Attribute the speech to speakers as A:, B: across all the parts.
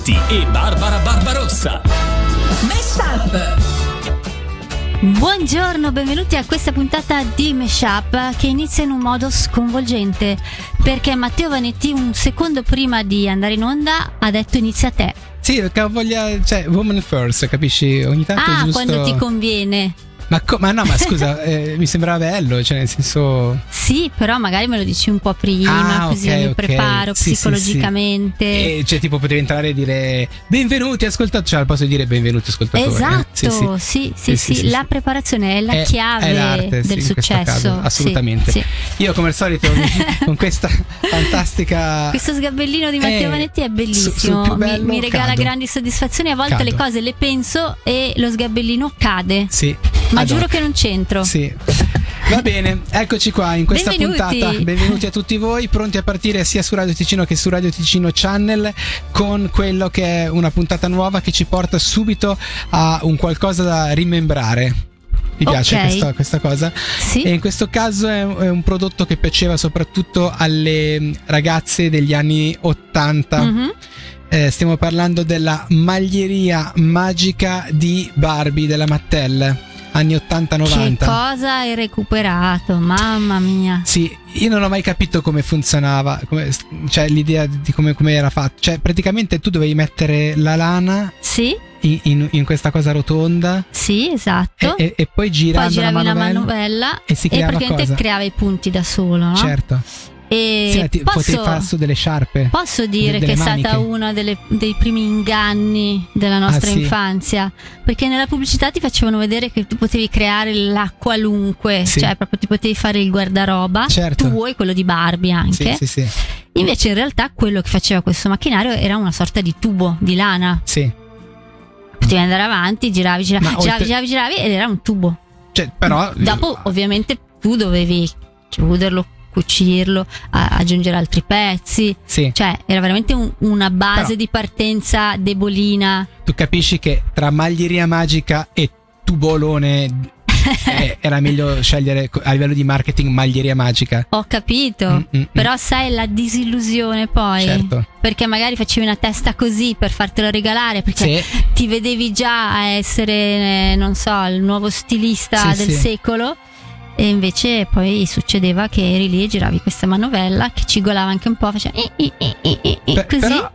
A: Vanetti e Barbara Barbarossa.
B: Mashup.
C: Buongiorno, benvenuti a questa puntata di Mashup che inizia in un modo sconvolgente perché Matteo Vanetti un secondo prima di andare in onda ha detto inizia te.
D: Sì, perché ho voglia, cioè woman first, capisci? Ogni tanto è giusto.
C: Quando ti conviene.
D: Ma no, ma scusa, mi sembrava bello, cioè nel senso.
C: Sì, però magari me lo dici un po' prima, così mi preparo psicologicamente.
D: Sì. E cioè tipo potevi entrare e dire benvenuti ascoltatori, cioè al posto di dire benvenuti ascoltatori.
C: Esatto, sì. La preparazione è la chiave
D: l'arte,
C: del successo.
D: Caso, assolutamente. Sì. Io come al solito con questa fantastica.
C: Questo sgabellino di Matteo Vanetti è bellissimo. Mi regala grandi soddisfazioni. A volte le cose le penso e lo sgabellino cade.
D: Sì.
C: Ma giuro che non c'entro.
D: Sì. Va bene, eccoci qua in questa puntata. Benvenuti a tutti voi, pronti a partire sia su Radio Ticino che su Radio Ticino Channel con quello che è una puntata nuova che ci porta subito a un qualcosa da rimembrare. Mi piace questa cosa.
C: Sì.
D: E in questo caso è un prodotto che piaceva soprattutto alle ragazze degli anni 80. Mm-hmm. Stiamo parlando della maglieria magica di Barbie della Mattel. Anni 80-90.
C: Che cosa hai recuperato? Mamma mia.
D: Sì, io non ho mai capito come funzionava, cioè l'idea di come era fatto. Cioè praticamente tu dovevi mettere la lana.
C: Sì.
D: In questa cosa rotonda.
C: Sì, esatto.
D: E poi giravi la
C: manovella
D: e si creava
C: praticamente creava i punti da solo, no?
D: Certo.
C: E
D: potevi fare su delle sciarpe.
C: Posso dire che è stata uno dei primi inganni della nostra infanzia, perché nella pubblicità ti facevano vedere che tu potevi creare la qualunque, cioè proprio ti potevi fare il guardaroba tuo e quello di Barbie anche.
D: Sì.
C: Invece in realtà quello che faceva questo macchinario era una sorta di tubo di lana.
D: Sì.
C: Potevi andare avanti, giravi ed era un tubo.
D: Cioè, però
C: dopo ovviamente tu dovevi chiuderlo, cucirlo, aggiungere altri pezzi.
D: Sì.
C: Cioè era veramente una base di partenza debolina.
D: Tu capisci che tra maglieria magica e tubolone era meglio scegliere a livello di marketing maglieria magica.
C: Ho capito. Però sai la disillusione poi.
D: Certo.
C: Perché magari facevi una testa così per fartelo regalare, perché ti vedevi già a essere, non so, il nuovo stilista del secolo. E invece poi succedeva che eri lì e giravi questa manovella che cigolava anche un po', faceva così.
D: Però,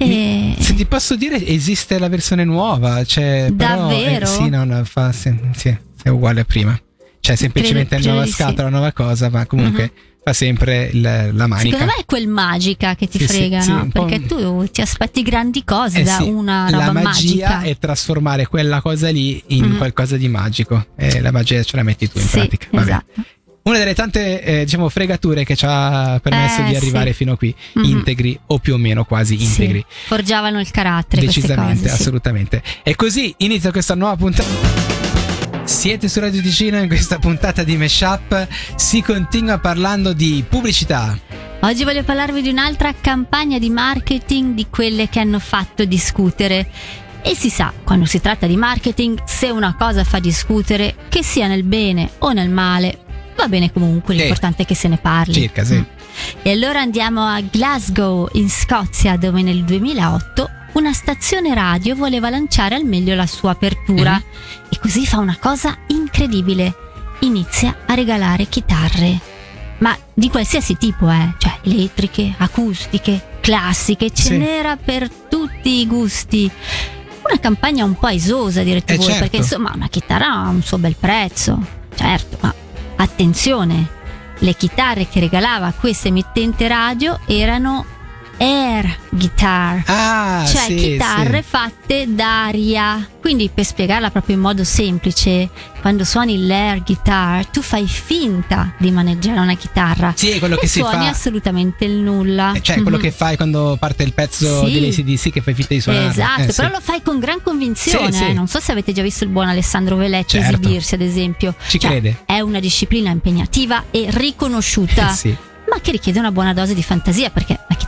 D: se ti posso dire, esiste la versione nuova, cioè,
C: davvero?
D: Però, è uguale a prima. Cioè semplicemente nuova scatola, nuova cosa, ma comunque fa sempre la manica.
C: Secondo me è quel magica che ti frega, no? Perché tu ti aspetti grandi cose da una roba magica.
D: La magia è trasformare quella cosa lì in qualcosa di magico, e la magia ce la metti tu in pratica.
C: Esatto.
D: Una delle tante fregature che ci ha permesso di arrivare fino a qui, integri o più o meno quasi integri.
C: Forgiavano il carattere,
D: decisamente,
C: queste cose,
D: assolutamente. E così inizia questa nuova puntata. Siete su Radio Ticino, in questa puntata di Mashup si continua parlando di pubblicità.
C: Oggi voglio parlarvi di un'altra campagna di marketing di quelle che hanno fatto discutere. E si sa, quando si tratta di marketing, se una cosa fa discutere, che sia nel bene o nel male, va bene comunque, l'importante è che se ne parli.
D: Circa, sì.
C: E allora andiamo a Glasgow, in Scozia, dove nel 2008 una stazione radio voleva lanciare al meglio la sua apertura e così fa una cosa incredibile: inizia a regalare chitarre, ma di qualsiasi tipo, cioè elettriche, acustiche, classiche, ce n'era per tutti i gusti. Una campagna un po' esosa, direte voi, perché insomma una chitarra ha un suo bel prezzo, certo, ma attenzione, le chitarre che regalava questa emittente radio erano air guitar, cioè chitarre fatte d'aria. Quindi, per spiegarla proprio in modo semplice, quando suoni l'air guitar tu fai finta di maneggiare una chitarra,
D: quello che si
C: suoni
D: fa
C: assolutamente il nulla,
D: cioè quello che fai quando parte il pezzo dell'ACDC, che fai finta di suonare.
C: Esatto, però lo fai con gran convinzione. Non so se avete già visto il buon Alessandro Veletti esibirsi, ad esempio.
D: Ci crede.
C: È una disciplina impegnativa e riconosciuta, ma che richiede una buona dose di fantasia, perché la chitarra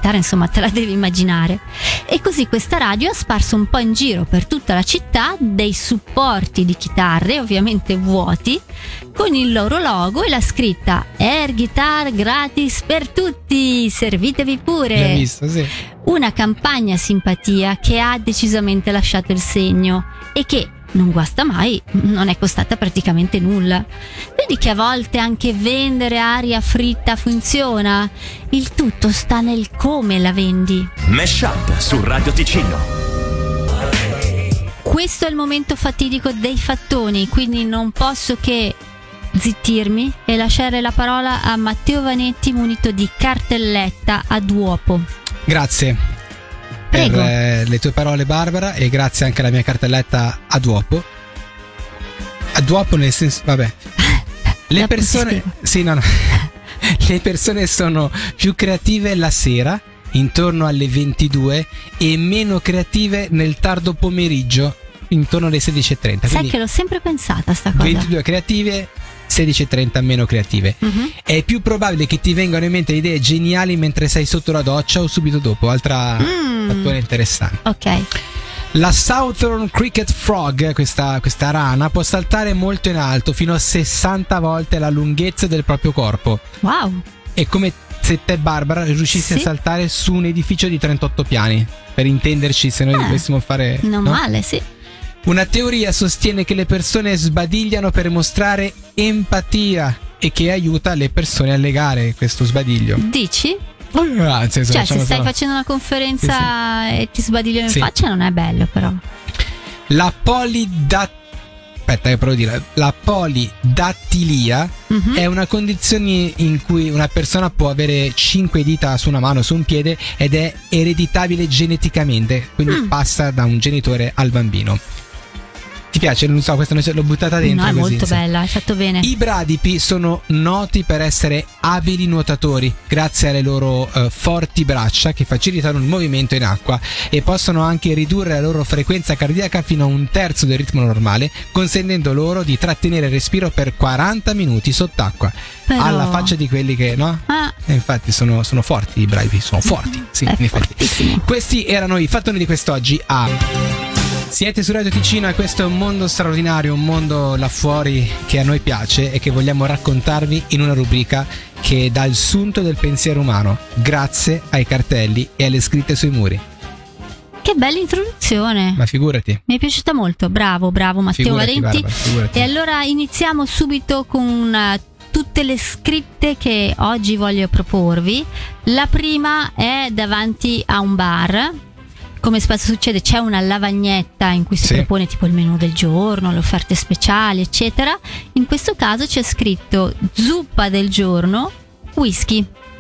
C: chitarra, insomma te la devi immaginare. E così questa radio ha sparso un po' in giro per tutta la città dei supporti di chitarre, ovviamente vuoti, con il loro logo e la scritta Air Guitar gratis per tutti, servitevi pure.
D: L'hai visto, sì.
C: Una campagna simpatia che ha decisamente lasciato il segno e che, non guasta mai, non è costata praticamente nulla. Vedi che a volte anche vendere aria fritta funziona. Il tutto sta nel come la vendi.
A: Mashup su Radio Ticino.
C: Questo è il momento fatidico dei fattoni, quindi non posso che zittirmi e lasciare la parola a Matteo Vanetti munito di cartelletta a Duopo.
D: Grazie
C: Prego.
D: per le tue parole, Barbara, e grazie anche alla mia cartelletta a Duopo. A Duopo nel senso, vabbè, le persone, sì, no. Le persone sono più creative la sera intorno alle 22 e meno creative nel tardo pomeriggio intorno alle 16:30.
C: Sai che l'ho sempre pensata sta cosa.
D: 22 creative, 16:30 meno creative. È più probabile che ti vengano in mente idee geniali mentre sei sotto la doccia o subito dopo. Altra fattore interessante.
C: Ok.
D: La Southern Cricket Frog, questa rana, può saltare molto in alto, fino a 60 volte la lunghezza del proprio corpo.
C: Wow.
D: È come se te, Barbara, riuscissi a saltare su un edificio di 38 piani. Per intenderci, se noi dovessimo fare...
C: Non
D: no?
C: male, sì.
D: Una teoria sostiene che le persone sbadigliano per mostrare empatia e che aiuta le persone a legare questo sbadiglio.
C: Dici?
D: Cioè,
C: se stai facendo una conferenza e ti sbadigliano in faccia non è bello, però.
D: La polidattilia è una condizione in cui una persona può avere 5 dita su una mano, su un piede, ed è ereditabile geneticamente, quindi passa da un genitore al bambino. Ti piace? Non so, questa l'ho buttata dentro.
C: No, è
D: così,
C: molto bella, hai fatto bene.
D: I bradipi sono noti per essere abili nuotatori grazie alle loro forti braccia che facilitano il movimento in acqua e possono anche ridurre la loro frequenza cardiaca fino a 1/3 del ritmo normale, consentendo loro di trattenere il respiro per 40 minuti sott'acqua.
C: Però...
D: alla faccia di quelli che, no? Infatti sono forti i bradipi, sono forti. Sì, in effetti. Questi erano i fattoni di quest'oggi. Siete su Radio Ticino e questo è un mondo straordinario, un mondo là fuori che a noi piace e che vogliamo raccontarvi in una rubrica che dà il sunto del pensiero umano, grazie ai cartelli e alle scritte sui muri.
C: Che bella introduzione.
D: Ma figurati.
C: Mi è piaciuta molto, bravo Matteo Valenti.
D: Barbara, figurati.
C: E allora iniziamo subito con tutte le scritte che oggi voglio proporvi. La prima è davanti a un bar. Come spesso succede, c'è una lavagnetta in cui si propone tipo il menù del giorno, le offerte speciali, eccetera. In questo caso c'è scritto zuppa del giorno, whisky.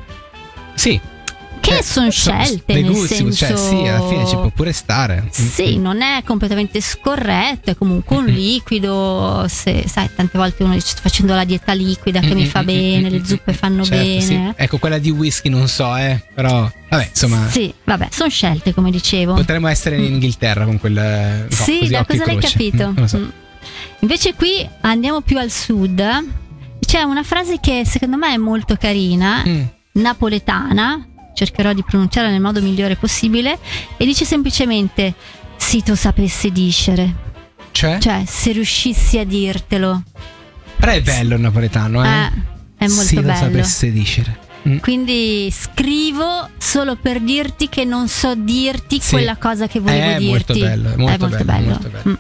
C: Sì. Che sono scelte, nel senso...
D: Cioè sì, alla fine ci può pure stare.
C: Sì, non è completamente scorretto, è comunque un liquido. Sai, tante volte uno dice sto facendo la dieta liquida che mi fa bene, le zuppe fanno bene.
D: Sì. Ecco, quella di whisky non so, però vabbè, insomma.
C: Sì, vabbè, sono scelte, come dicevo.
D: Potremmo essere in Inghilterra con quel...
C: sì,
D: così,
C: da cosa l'hai capito?
D: Non lo so.
C: Invece qui andiamo più al sud. C'è una frase che secondo me è molto carina, napoletana. Cercherò di pronunciarla nel modo migliore possibile. E dice semplicemente: se tu sapessi dicere. Cioè, se riuscissi a dirtelo.
D: Però è bello il napoletano,
C: è molto
D: se
C: bello.
D: Se lo sapessi dicere.
C: Quindi scrivo solo per dirti che non so dirti quella cosa che volevo dirti.
D: È molto bello.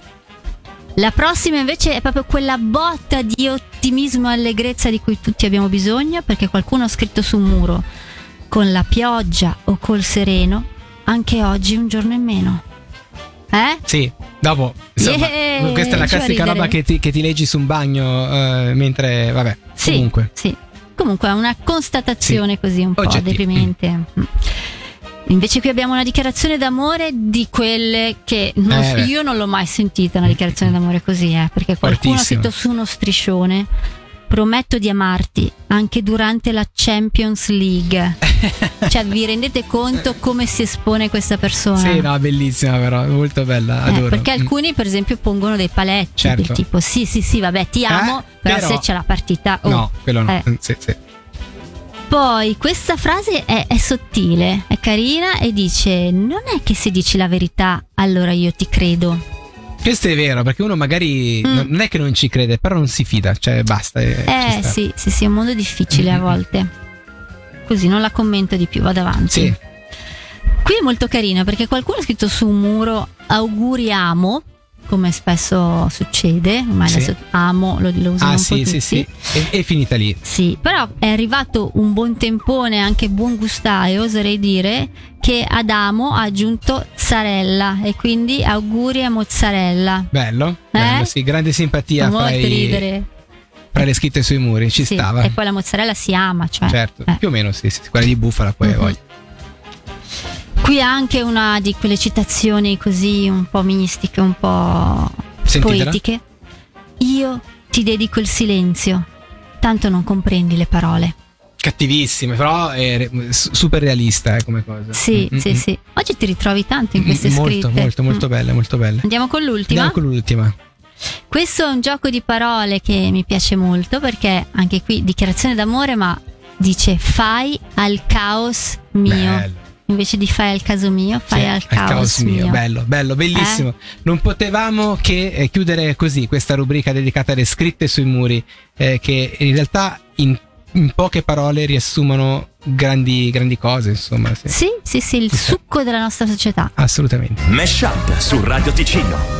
C: La prossima invece è proprio quella botta di ottimismo e allegrezza di cui tutti abbiamo bisogno, perché qualcuno ha scritto su un muro: con la pioggia o col sereno, anche oggi un giorno in meno.
D: Sì, dopo insomma, questa è la classica roba che ti leggi su un bagno mentre, vabbè, comunque. Sì,
C: comunque è una constatazione così un po' deprimente. Invece qui abbiamo una dichiarazione d'amore di quelle che io non l'ho mai sentita una dichiarazione d'amore così, perché qualcuno ha scritto su uno striscione: prometto di amarti anche durante la Champions League. Cioè, vi rendete conto come si espone questa persona?
D: Sì, no, bellissima, però molto bella, adoro.
C: Perché alcuni per esempio pongono dei paletti, del tipo sì, vabbè, ti amo, però se c'è la partita
D: no, quello no. Sì.
C: Poi questa frase è sottile, è carina e dice: non è che se dici la verità allora io ti credo.
D: Questo è vero, perché uno magari non è che non ci crede, però non si fida, cioè basta.
C: Sì, è un mondo difficile a volte. Così non la commento di più, vado avanti.
D: Sì.
C: Qui è molto carina perché qualcuno ha scritto su un muro auguriamo, come spesso succede, ma adesso amo lo usano un po' tutti.
D: Sì. È finita lì.
C: Sì, però è arrivato un buon tempone, anche buon gustaio, oserei dire, che Adamo ha aggiunto mozzarella e quindi auguri a mozzarella.
D: Bello, sì, grande simpatia
C: molto ridere.
D: Fra le scritte sui muri, ci stava.
C: E poi la mozzarella si ama, cioè.
D: Certo, più o meno sì, quella di bufala poi voglio.
C: Qui anche una di quelle citazioni così un po' mistiche, un po'
D: Sentitela.
C: poetiche. Io ti dedico il silenzio, tanto non comprendi le parole.
D: Cattivissime, però è super realista come cosa.
C: Sì. Oggi ti ritrovi tanto in queste scritte.
D: Molto belle, molto belle.
C: Andiamo con l'ultima? Questo è un gioco di parole che mi piace molto perché anche qui dichiarazione d'amore, ma dice fai al caos mio.
D: Bello.
C: Invece di fai al caso mio, fai al caos mio.
D: Bello, bellissimo. Non potevamo che chiudere così questa rubrica dedicata alle scritte sui muri, che in realtà in poche parole riassumono grandi cose, insomma.
C: Sì, il succo della nostra società.
D: Assolutamente.
A: Mashup su Radio Ticino.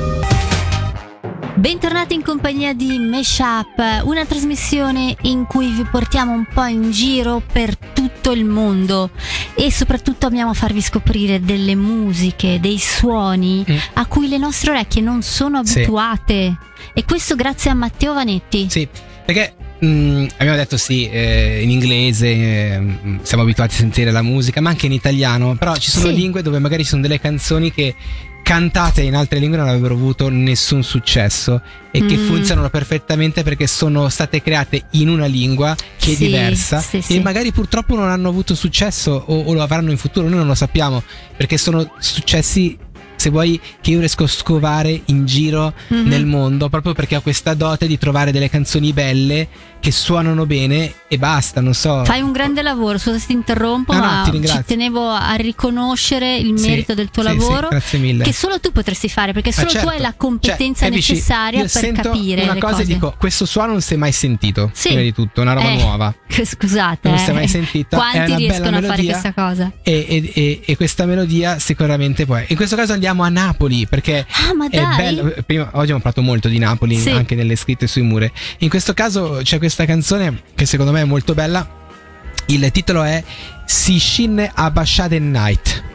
C: Bentornati in compagnia di Mashup, una trasmissione in cui vi portiamo un po' in giro per tutto il mondo e soprattutto amiamo farvi scoprire delle musiche, dei suoni a cui le nostre orecchie non sono abituate. E questo grazie a Matteo Vanetti.
D: Sì, perché abbiamo detto in inglese siamo abituati a sentire la musica, ma anche in italiano, però ci sono lingue dove magari ci sono delle canzoni che cantate in altre lingue non avrebbero avuto nessun successo e che funzionano perfettamente perché sono state create in una lingua che è diversa e magari purtroppo non hanno avuto successo o lo avranno in futuro, noi non lo sappiamo perché sono successi, se vuoi, che io riesco a scovare in giro nel mondo proprio perché ho questa dote di trovare delle canzoni belle che suonano bene e basta, non so.
C: Fai un grande lavoro, scusa se ti interrompo, ma ci tenevo a riconoscere il merito del tuo lavoro,
D: grazie mille.
C: Che solo tu potresti fare perché solo tu hai la competenza necessaria per capire
D: una cosa
C: cose.
D: Dico, questo suono non si è mai sentito, prima di tutto, è una roba nuova.
C: Scusate,
D: non si è mai sentita.
C: Quanti riescono a fare questa cosa?
D: E questa melodia sicuramente poi. In questo caso andiamo a Napoli perché è bello. Oggi abbiamo parlato molto di Napoli anche nelle scritte sui muri. In questo caso c'è questa canzone che secondo me è molto bella. Il titolo è Sishin Abashade Night.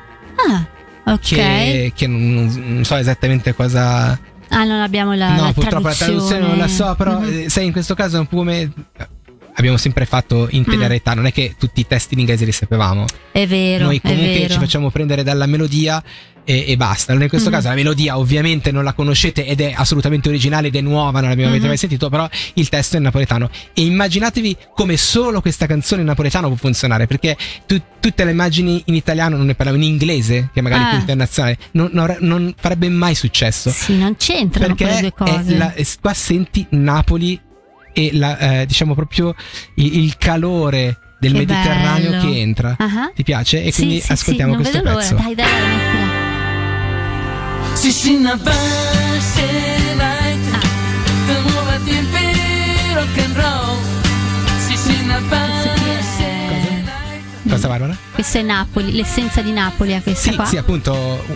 C: Ok.
D: Che non so esattamente cosa.
C: Non abbiamo la
D: purtroppo la traduzione non la so, però sai, in questo caso è un po' come abbiamo sempre fatto in tenera età, non è che tutti i testi in inglese li sapevamo.
C: È vero.
D: Noi comunque ci facciamo prendere dalla melodia e basta. In questo caso la melodia ovviamente non la conoscete ed è assolutamente originale ed è nuova, non l'abbiamo mai sentito, però il testo è in napoletano e immaginatevi come solo questa canzone in napoletano può funzionare, perché tutte le immagini in italiano, non ne parliamo in inglese che magari più internazionale, non farebbe mai successo.
C: Sì, non c'entrano quelle due cose.
D: Qua senti Napoli e diciamo proprio il calore del Mediterraneo
C: bello.
D: Che entra.
C: Uh-huh.
D: Ti piace? E quindi ascoltiamo
C: non
D: questo
C: vedo
D: pezzo.
C: L'ora. Dai, mettila.
E: Sishin Abashade Night, the nuova timpero rock and roll. Sishin Abashade Night.
D: Cosa, Barbara?
C: Questo è Napoli, l'essenza di Napoli a questa qua.
D: Sì, appunto.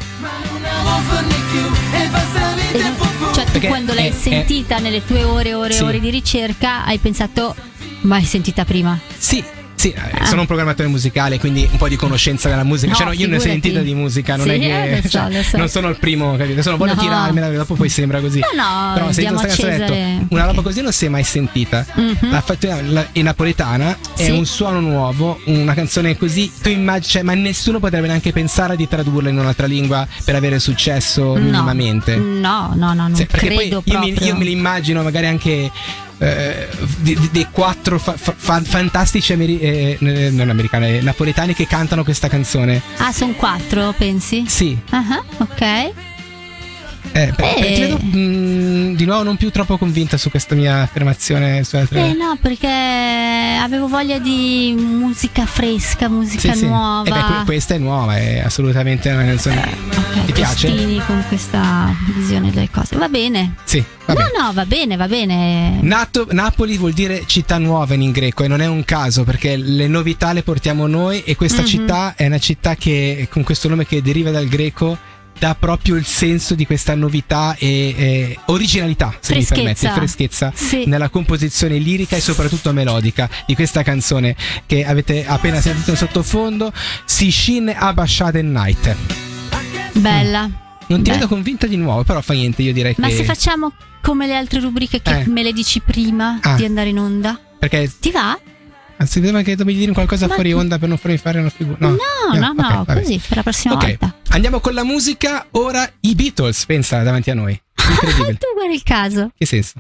C: Cioè tu quando l'hai sentita nelle tue ore di ricerca hai pensato mai sentita prima?
D: Sì, sono un programmatore musicale, quindi un po' di conoscenza della musica.
C: No,
D: io ne ho sentita di musica, non è che
C: lo so.
D: non sono il primo, capito? Adesso non voglio tirarmela, dopo poi sembra così.
C: No,
D: però se questa canzone ho detto, una roba così non si è mai sentita. La è napoletana, è un suono nuovo, una canzone così, tu immagini, ma nessuno potrebbe neanche pensare di tradurla in un'altra lingua per avere successo minimamente.
C: No, non credo
D: poi
C: proprio.
D: io me li immagino magari anche dei quattro fantastici non americani, napoletani che cantano questa canzone.
C: Sono 4, pensi?
D: Sì.
C: Ok.
D: Ti vedo di nuovo non più troppo convinta su questa mia affermazione.
C: No, perché avevo voglia di musica fresca, musica nuova.
D: Questa è nuova, è assolutamente una canzone. Ti piace?
C: Con questa visione delle cose. Va bene.
D: Sì.
C: Va bene.
D: Napoli vuol dire città nuova in greco e non è un caso, perché le novità le portiamo noi e questa città è una città che con questo nome che deriva dal greco dà proprio il senso di questa novità e originalità, se mi permette, freschezza nella composizione lirica e soprattutto melodica di questa canzone che avete appena sentito in sottofondo, Sishin Abashaden Night.
C: Bella.
D: Non ti vedo convinta di nuovo, però fa niente, io direi
C: Ma se facciamo come le altre rubriche che me le dici prima di andare in onda?
D: Perché
C: ti va?
D: Anzi, prima che dobbiamo dire qualcosa fuori onda per non farmi fare una figura.
C: No, okay, così per la prossima volta.
D: Andiamo con la musica. Ora i Beatles, pensa, davanti a noi. Incredibile.
C: Tu guardi il caso.
D: Che senso?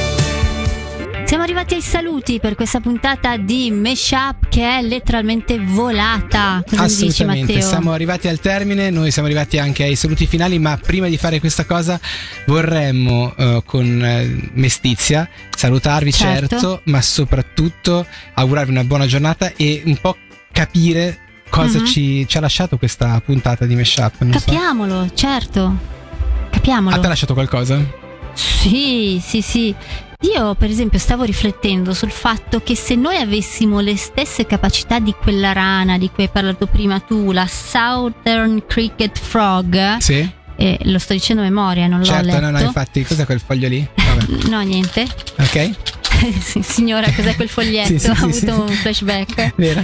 C: Siamo arrivati ai saluti per questa puntata di Meshup che è letteralmente volata. Cosa mi dici, Matteo?
D: Siamo arrivati al termine, noi siamo arrivati anche ai saluti finali, ma prima di fare questa cosa vorremmo con mestizia salutarvi, certo, ma soprattutto augurarvi una buona giornata e un po' capire cosa ci ha lasciato questa puntata di Meshup.
C: Capiamolo, certo. Capiamolo.
D: A te ha lasciato qualcosa?
C: Sì. Io per esempio stavo riflettendo sul fatto che se noi avessimo le stesse capacità di quella rana di cui hai parlato prima tu, la Southern Cricket Frog, lo sto dicendo a memoria, non l'ho letto.
D: No, infatti, cos'è quel foglio lì? Vabbè.
C: No, niente.
D: Ok.
C: Signora, cos'è quel foglietto? Ho avuto un flashback.
D: Vero.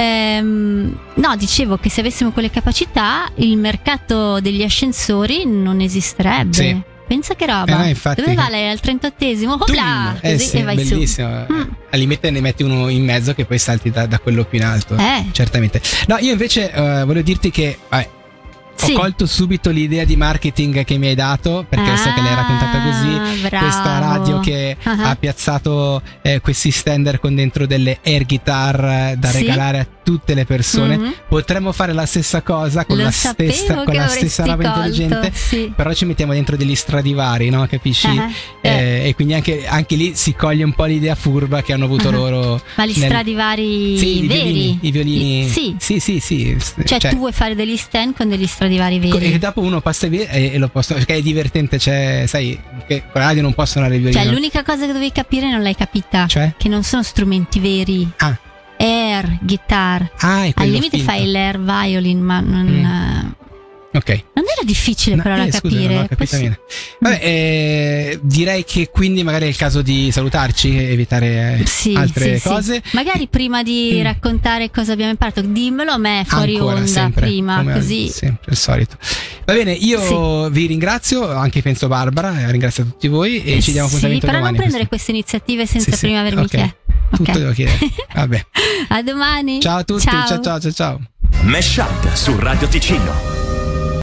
C: No, dicevo che se avessimo quelle capacità il mercato degli ascensori non esisterebbe.
D: Sì.
C: Pensa che roba.
D: Infatti.
C: Dove va lei al 38esimo? Hopla! Così e vai
D: bellissimo.
C: su.
D: Al limite ne metti uno in mezzo che poi salti da quello più in alto. Certamente. No, io invece voglio dirti che ho colto subito l'idea di marketing che mi hai dato, perché so che l'hai raccontata così.
C: Bravo.
D: Questa radio che ha piazzato questi stander con dentro delle air guitar da regalare a tutte le persone. Potremmo fare la stessa cosa con la stessa roba intelligente, però ci mettiamo dentro degli Stradivari, no? Capisci? E quindi anche lì si coglie un po' l'idea furba che hanno avuto loro.
C: Ma gli Stradivari veri?
D: I violini.
C: Sì. Cioè tu vuoi fare degli stand con degli Stradivari veri?
D: E dopo uno passa via e lo posso, perché è divertente, cioè, sai, che con la radio non possono suonare il violino.
C: Cioè l'unica cosa che dovevi capire non l'hai capita,
D: cioè?
C: Che non sono strumenti veri. Air, guitar. Al limite
D: finto.
C: Fai l'air violin, ma non
D: ok.
C: Non era difficile però da capire.
D: Non ho capito niente. Vabbè, direi che quindi magari è il caso di salutarci e evitare altre cose.
C: Magari prima di raccontare cosa abbiamo imparato, dimmelo a me fuori
D: ancora,
C: onda
D: sempre,
C: prima, così.
D: Sempre il solito. Va bene, io vi ringrazio, anche penso Barbara, ringrazio tutti voi e ci diamo appuntamento
C: però
D: domani.
C: Non prendere queste iniziative senza prima avermi chiesto.
D: Tutto devo chiedere. Vabbè.
C: A domani.
D: Ciao a tutti, ciao.
A: Meshup su Radio Ticino.